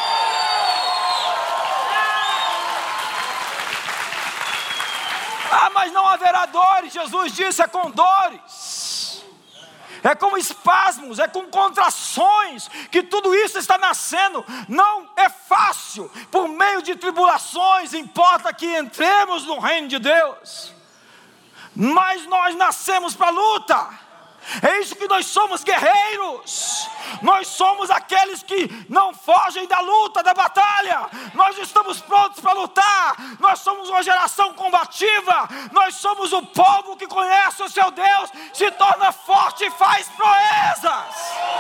Ah, mas não haverá dores. Jesus disse, é com dores, é com espasmos, é com contrações que tudo isso está nascendo. Não é fácil, por meio de tribulações, importa que entremos no reino de Deus. Mas nós nascemos para a luta. É isso que nós somos, guerreiros. Nós somos aqueles que não fogem da luta, da batalha. Nós estamos prontos para lutar. Nós somos uma geração combativa. Nós somos o povo que conhece o seu Deus, se torna forte e faz proezas.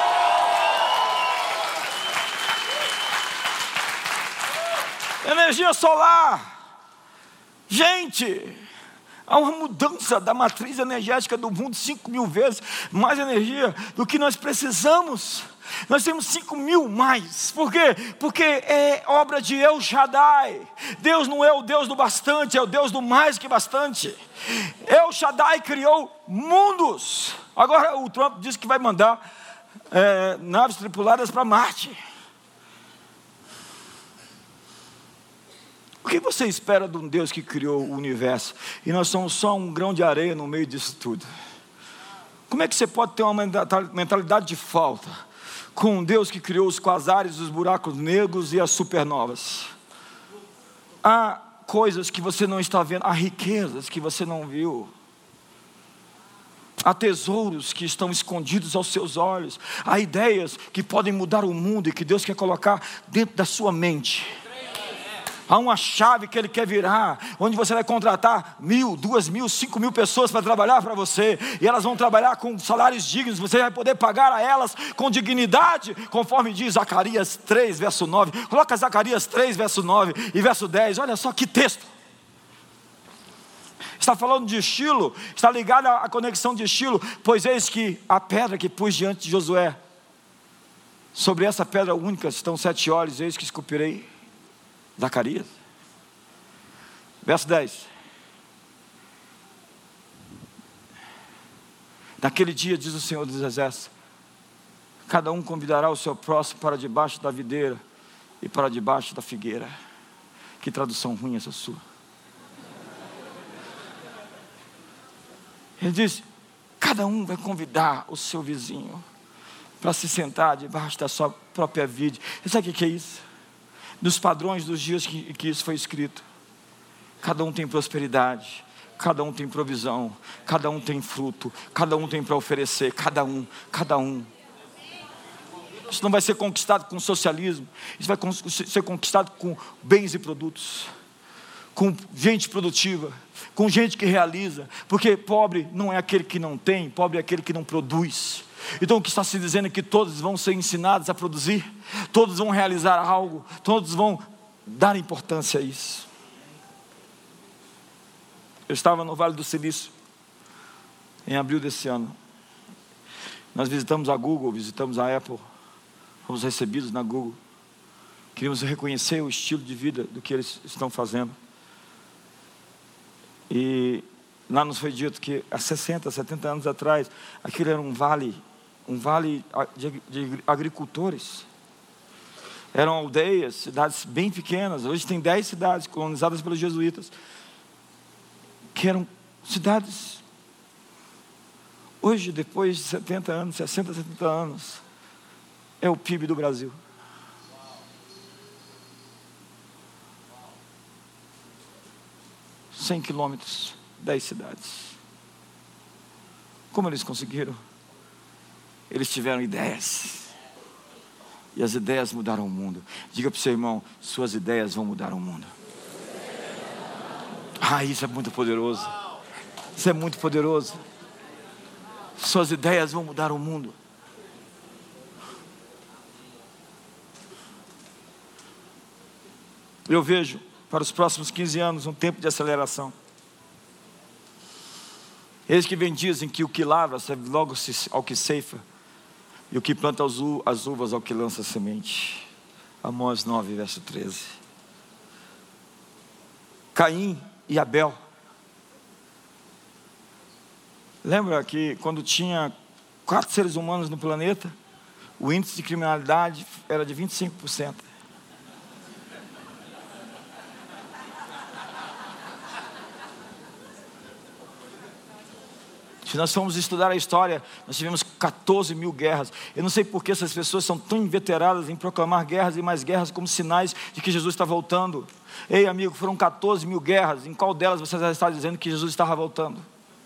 Energia solar. Gente, há uma mudança da matriz energética do mundo, 5.000 vezes mais energia do que nós precisamos. Nós temos 5.000 mais. Por quê? Porque é obra de El Shaddai. Deus não é o Deus do bastante, é o Deus do mais que bastante. El Shaddai criou mundos. Agora o Trump disse que vai mandar naves tripuladas para Marte. O que você espera de um Deus que criou o universo e nós somos só um grão de areia no meio disso tudo? Como é que você pode ter uma mentalidade de falta com um Deus que criou os quasares, os buracos negros e as supernovas? Há coisas que você não está vendo, há riquezas que você não viu, há tesouros que estão escondidos aos seus olhos, há ideias que podem mudar o mundo e que Deus quer colocar dentro da sua mente. Há uma chave que Ele quer virar, onde você vai contratar 1.000, 2.000, 5.000 pessoas para trabalhar para você, e elas vão trabalhar com salários dignos. Você vai poder pagar a elas com dignidade, conforme diz Zacarias 3, verso 9. Coloca Zacarias 3, verso 9 e verso 10. Olha só que texto. Está falando de Shilo, está ligado à conexão de Shilo. Pois eis que a pedra que pus diante de Josué, sobre essa pedra única estão 7 olhos, eis que esculpirei. Zacarias, verso 10. Naquele dia, diz o Senhor dos Exércitos, cada um convidará o seu próximo para debaixo da videira e para debaixo da figueira. Que tradução ruim essa sua. Ele diz, cada um vai convidar o seu vizinho para se sentar debaixo da sua própria vide. E sabe o que é isso? Nos padrões dos dias que isso foi escrito, cada um tem prosperidade, cada um tem provisão, cada um tem fruto, cada um tem para oferecer, cada um. Isso não vai ser conquistado com socialismo, isso vai ser conquistado com bens e produtos, com gente produtiva, com gente que realiza, porque pobre não é aquele que não tem, pobre é aquele que não produz. Então o que está se dizendo é que todos vão ser ensinados a produzir, todos vão realizar algo, todos vão dar importância a isso. Eu estava no Vale do Silício em abril desse ano. Nós visitamos a Google, visitamos a Apple, fomos recebidos na Google. Queríamos reconhecer o estilo de vida do que eles estão fazendo. E lá nos foi dito que há 60, 70 anos atrás, aquilo era um vale de agricultores. Eram aldeias, cidades bem pequenas. Hoje tem 10 cidades colonizadas pelos jesuítas. que eram cidades. Hoje, depois de 70 anos, 60, 70 anos, é o PIB do Brasil. – 100 quilômetros, 10 cidades. Como eles conseguiram? Eles tiveram ideias. E as ideias mudaram o mundo. Diga para o seu irmão, suas ideias vão mudar o mundo. Isso é muito poderoso. Isso é muito poderoso. Suas ideias vão mudar o mundo. Eu vejo para os próximos 15 anos um tempo de aceleração. Eles que dizem que o que lavra serve logo ao que ceifa, e o que planta as uvas ao que lança a semente. Amós 9, verso 13. Caim e Abel. Lembra que quando tinha 4 seres humanos no planeta, o índice de criminalidade era de 25%. Se nós formos estudar a história, nós tivemos 14 mil guerras. Eu não sei por que essas pessoas são tão inveteradas em proclamar guerras e mais guerras como sinais de que Jesus está voltando. Ei, amigo, foram 14 mil guerras. Em qual delas você já está dizendo que Jesus estava voltando?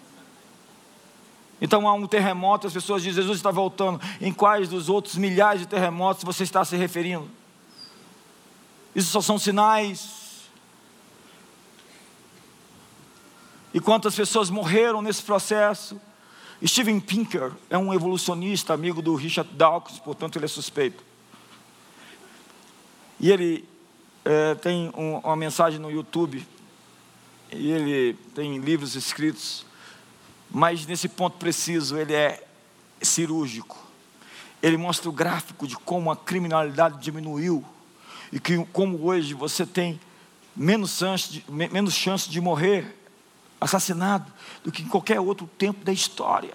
Então há um terremoto, as pessoas dizem Jesus está voltando. Em quais dos outros milhares de terremotos você está se referindo? Isso só são sinais. E quantas pessoas morreram nesse processo? Steven Pinker é um evolucionista, amigo do Richard Dawkins, portanto ele é suspeito. E ele tem uma mensagem no YouTube, e ele tem livros escritos, mas nesse ponto preciso ele é cirúrgico. Ele mostra o gráfico de como a criminalidade diminuiu, e que como hoje você tem menos chance de morrer assassinado do que em qualquer outro tempo da história.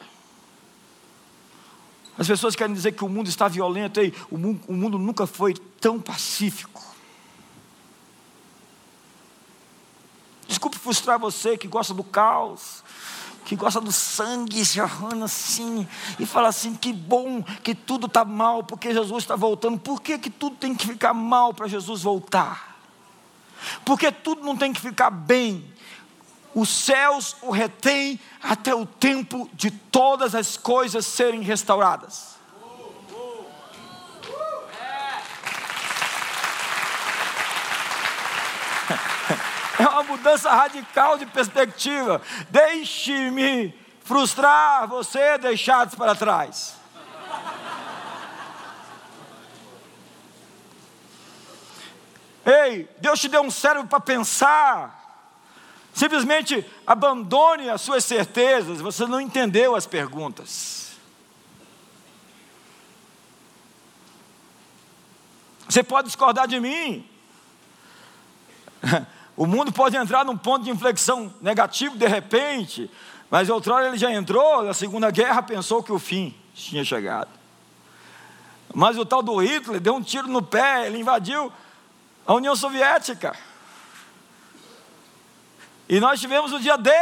As pessoas querem dizer que o mundo está violento. O mundo nunca foi tão pacífico. Desculpe frustrar você que gosta do caos, que gosta do sangue jorrando assim, e fala assim, que bom que tudo está mal, porque Jesus está voltando. Por que tudo tem que ficar mal para Jesus voltar? Porque tudo não tem que ficar bem. Os céus o retêm até o tempo de todas as coisas serem restauradas. É uma mudança radical de perspectiva. Deixe-me frustrar você, deixados para trás. Ei, Deus te deu um cérebro para pensar. Simplesmente abandone as suas certezas. Você não entendeu as perguntas. Você pode discordar de mim. O mundo pode entrar num ponto de inflexão negativo de repente, mas outrora ele já entrou. Na Segunda Guerra pensou que o fim tinha chegado. Mas o tal do Hitler deu um tiro no pé. Ele invadiu a União Soviética. E nós tivemos o dia D.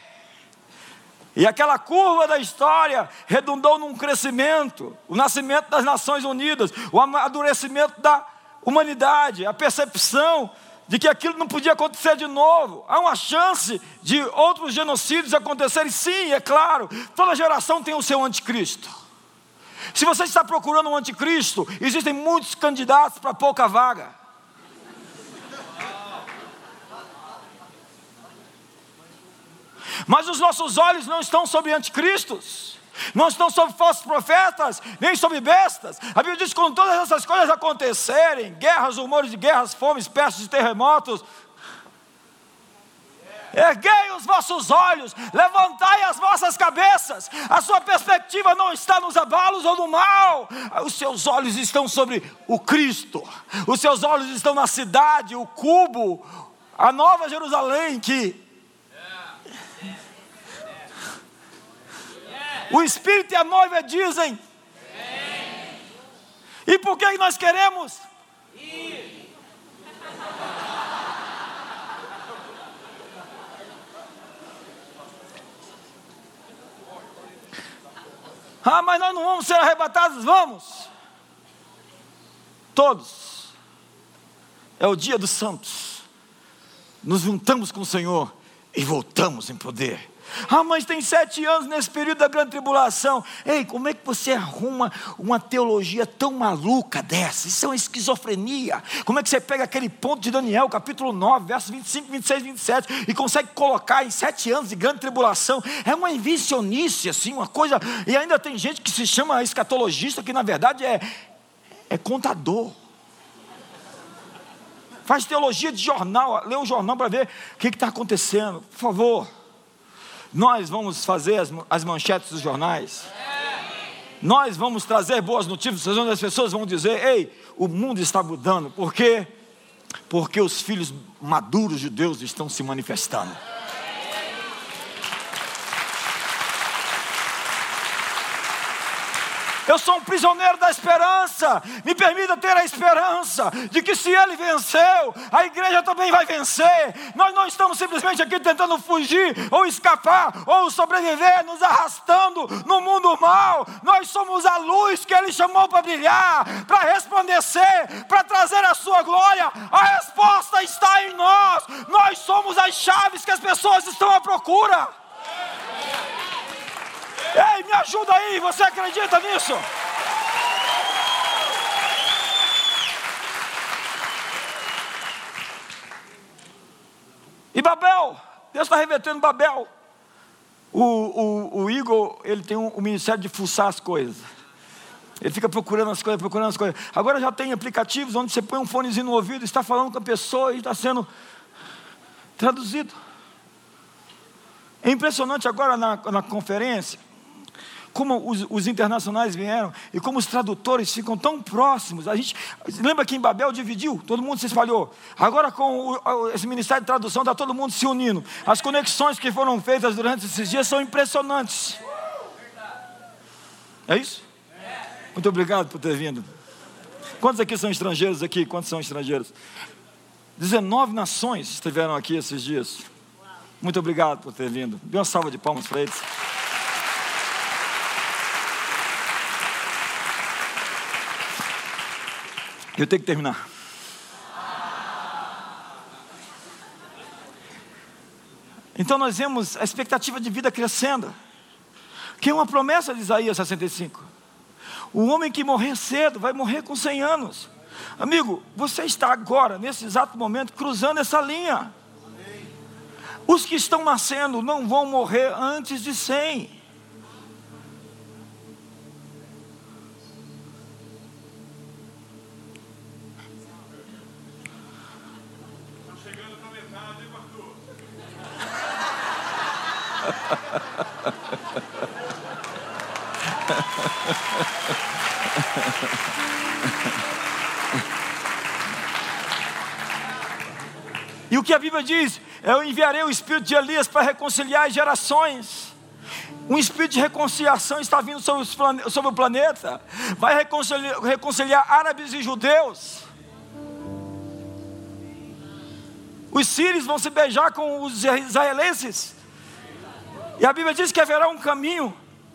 E aquela curva da história redundou num crescimento. O nascimento das Nações Unidas. O amadurecimento da humanidade. A percepção de que aquilo não podia acontecer de novo. Há uma chance de outros genocídios acontecerem? Sim, é claro. Toda geração tem o seu anticristo. Se você está procurando um anticristo, existem muitos candidatos para pouca vaga. Mas os nossos olhos não estão sobre anticristos, não estão sobre falsos profetas, nem sobre bestas. A Bíblia diz que quando todas essas coisas acontecerem, guerras, rumores de guerras, fomes, pestes e terremotos, erguei os vossos olhos, levantai as vossas cabeças. A sua perspectiva não está nos abalos ou no mal. Os seus olhos estão sobre o Cristo. Os seus olhos estão na cidade, o cubo, a nova Jerusalém, que o Espírito e a noiva dizem. E por que nós queremos? Mas nós não vamos ser arrebatados. Vamos! Todos. É o dia dos santos. Nos juntamos com o Senhor e voltamos em poder. Mas tem 7 anos nesse período da grande tribulação. Ei, como é que você arruma uma teologia tão maluca dessa? Isso é uma esquizofrenia. Como é que você pega aquele ponto de Daniel, capítulo 9, versos 25, 26, 27 e consegue colocar em 7 anos de grande tribulação? É uma invencionice, assim, uma coisa. E ainda tem gente que se chama escatologista, que na verdade é contador. Faz teologia de jornal, lê o jornal para ver o que está acontecendo. Por favor. Nós vamos fazer as manchetes dos jornais. Nós vamos trazer boas notícias, onde as pessoas vão dizer: ei, o mundo está mudando. Por quê? Porque os filhos maduros de Deus estão se manifestando. Eu sou um prisioneiro da esperança. Me permita ter a esperança de que se Ele venceu, a igreja também vai vencer. Nós não estamos simplesmente aqui tentando fugir, ou escapar, ou sobreviver, nos arrastando no mundo mal. Nós somos a luz que Ele chamou para brilhar, para resplandecer, para trazer a sua glória. A resposta está em nós. Nós somos as chaves que as pessoas estão à procura. Ei, me ajuda aí, você acredita nisso? E Babel, Deus está revertendo Babel. O Igor, ele tem um ministério de fuçar as coisas. Ele fica procurando as coisas. Agora já tem aplicativos onde você põe um fonezinho no ouvido, está falando com a pessoa e está sendo traduzido. É impressionante agora na conferência, como os internacionais vieram e como os tradutores ficam tão próximos. A gente lembra que em Babel dividiu, todo mundo se espalhou. Agora com esse ministério de tradução está todo mundo se unindo. As conexões que foram feitas durante esses dias são impressionantes. É isso? Muito obrigado por ter vindo. Quantos aqui são estrangeiros aqui? Quantos são estrangeiros? 19 nações estiveram aqui esses dias. Muito obrigado por ter vindo. Dê uma salva de palmas para eles. Eu tenho que terminar. Então nós vemos a expectativa de vida crescendo, que é uma promessa de Isaías 65. O homem que morrer cedo vai morrer com 100 anos. Amigo, você está agora, nesse exato momento, cruzando essa linha. Os que estão nascendo não vão morrer antes de 100. E o que a Bíblia diz? Eu enviarei o espírito de Elias para reconciliar as gerações. Um espírito de reconciliação está vindo sobre o planeta. Vai reconciliar árabes e judeus. Os sírios vão se beijar com os israelenses. E a Bíblia diz que haverá um caminho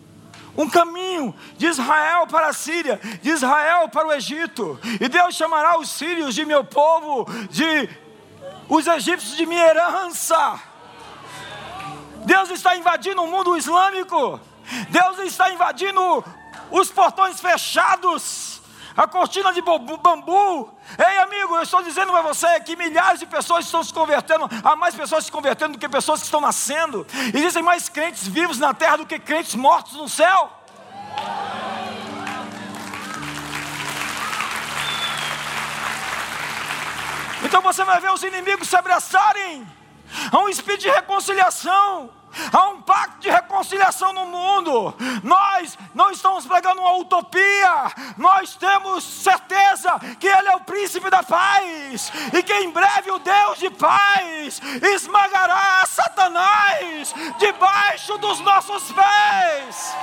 de Israel para a Síria, de Israel para o Egito. E Deus chamará os sírios de meu povo, os egípcios de minha herança. Deus está invadindo o mundo islâmico. Deus está invadindo os portões fechados, a cortina de bambu. Ei, amigo, eu estou dizendo para você que milhares de pessoas estão se convertendo. Há mais pessoas se convertendo do que pessoas que estão nascendo. Existem mais crentes vivos na terra do que crentes mortos no céu. Então você vai ver os inimigos se abraçarem. Há um espírito de reconciliação. Há um pacto de reconciliação no mundo. Nós não estamos pregando uma utopia. Nós temos certeza que Ele é o príncipe da paz, e que em breve o Deus de paz esmagará Satanás debaixo dos nossos pés.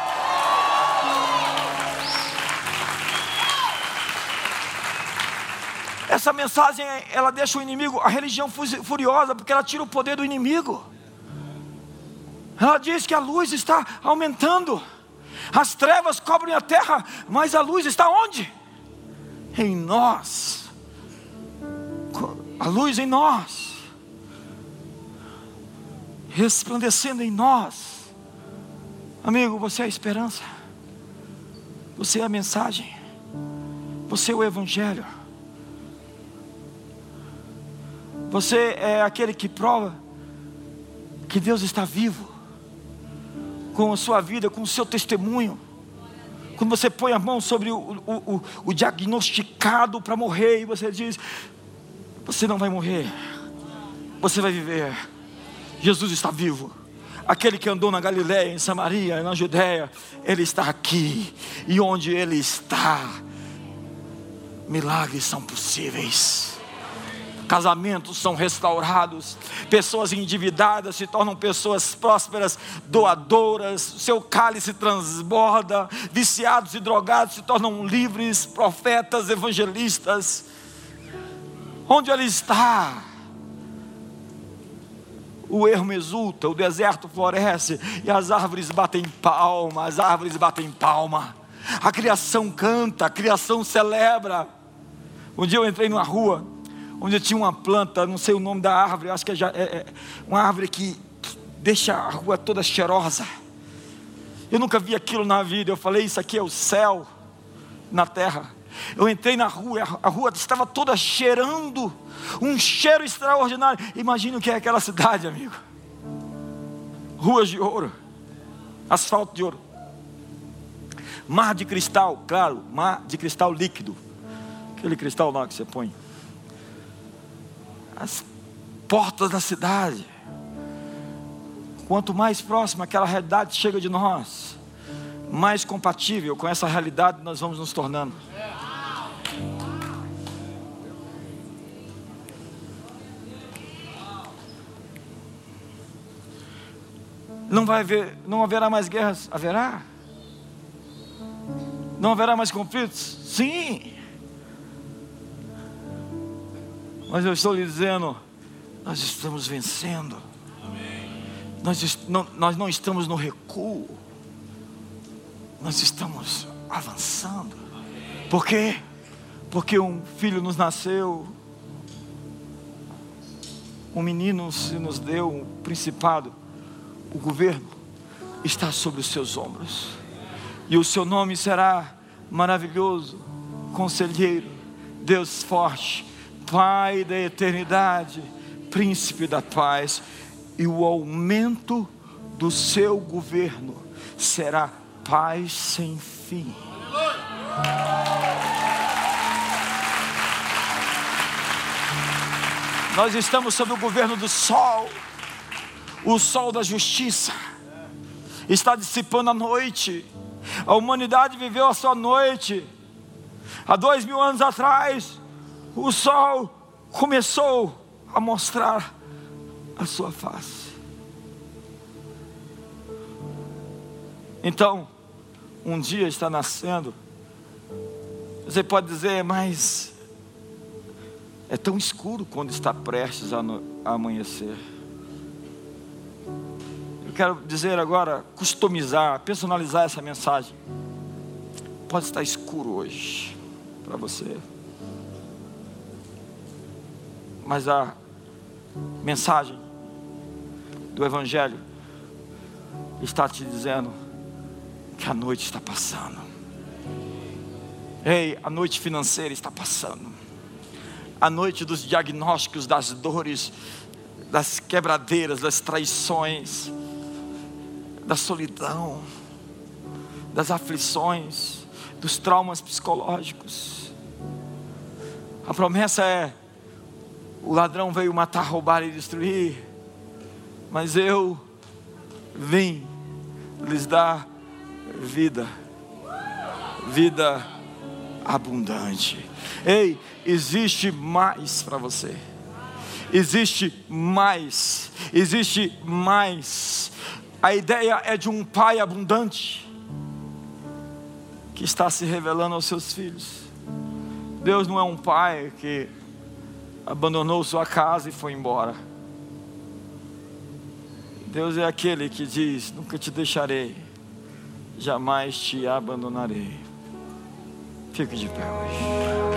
Essa mensagem, ela deixa o inimigo, a religião furiosa, porque ela tira o poder do inimigo. Ela diz que a luz está aumentando. As trevas cobrem a terra, mas a luz está onde? Em nós. A luz em nós, resplandecendo em nós. Amigo, você é a esperança, você é a mensagem, você é o Evangelho, você é aquele que prova que Deus está vivo, com a sua vida, com o seu testemunho. Quando você põe a mão sobre o diagnosticado para morrer, e você diz: você não vai morrer, você vai viver. Jesus está vivo. Aquele que andou na Galileia, em Samaria, na Judeia, Ele está aqui. E onde Ele está, milagres são possíveis. Casamentos são restaurados. Pessoas endividadas se tornam pessoas prósperas, doadoras. Seu cálice transborda. Viciados e drogados se tornam livres, profetas, evangelistas. Onde Ele está, o ermo exulta, o deserto floresce e as árvores batem palma, a criação canta, a criação celebra. Um dia eu entrei numa rua, onde tinha uma planta, não sei o nome da árvore, acho que é uma árvore que deixa a rua toda cheirosa. Eu nunca vi aquilo na vida. Eu falei: isso aqui é o céu na terra. Eu entrei na rua, a rua estava toda cheirando, um cheiro extraordinário. Imagina o que é aquela cidade, amigo. Ruas de ouro, asfalto de ouro, mar de cristal, claro, mar de cristal líquido, aquele cristal lá que você põe. As portas da cidade. Quanto mais próxima aquela realidade chega de nós, mais compatível com essa realidade nós vamos nos tornando. Não haverá mais guerras? Haverá? Não haverá mais conflitos? Sim. Mas eu estou lhe dizendo, nós estamos vencendo. Nós não estamos no recuo. Nós estamos avançando. Por quê? Porque um filho nos nasceu, um menino se nos deu, um principado. O governo está sobre os seus ombros. E o seu nome será Maravilhoso, Conselheiro, Deus Forte, Pai da Eternidade, Príncipe da Paz. E o aumento do seu governo será paz sem fim. Nós estamos sob o governo do sol. O sol da justiça está dissipando a noite. A humanidade viveu a sua noite. Há 2000 anos atrás, o sol começou a mostrar a sua face. Então, um dia está nascendo. Você pode dizer: mas é tão escuro quando está prestes a amanhecer. Quero dizer agora, customizar, personalizar essa mensagem. Pode estar escuro hoje para você, mas a mensagem do Evangelho está te dizendo que a noite está passando. Ei, a noite financeira está passando. A noite dos diagnósticos, das dores, das quebradeiras, das traições, da solidão, das aflições, dos traumas psicológicos. A promessa é: o ladrão veio matar, roubar e destruir, mas eu vim lhes dar vida, vida abundante. Ei, existe mais para você. Existe mais. Existe mais. A ideia é de um pai abundante que está se revelando aos seus filhos. Deus não é um pai que abandonou sua casa e foi embora. Deus é aquele que diz: nunca te deixarei, jamais te abandonarei. Fique de pé hoje.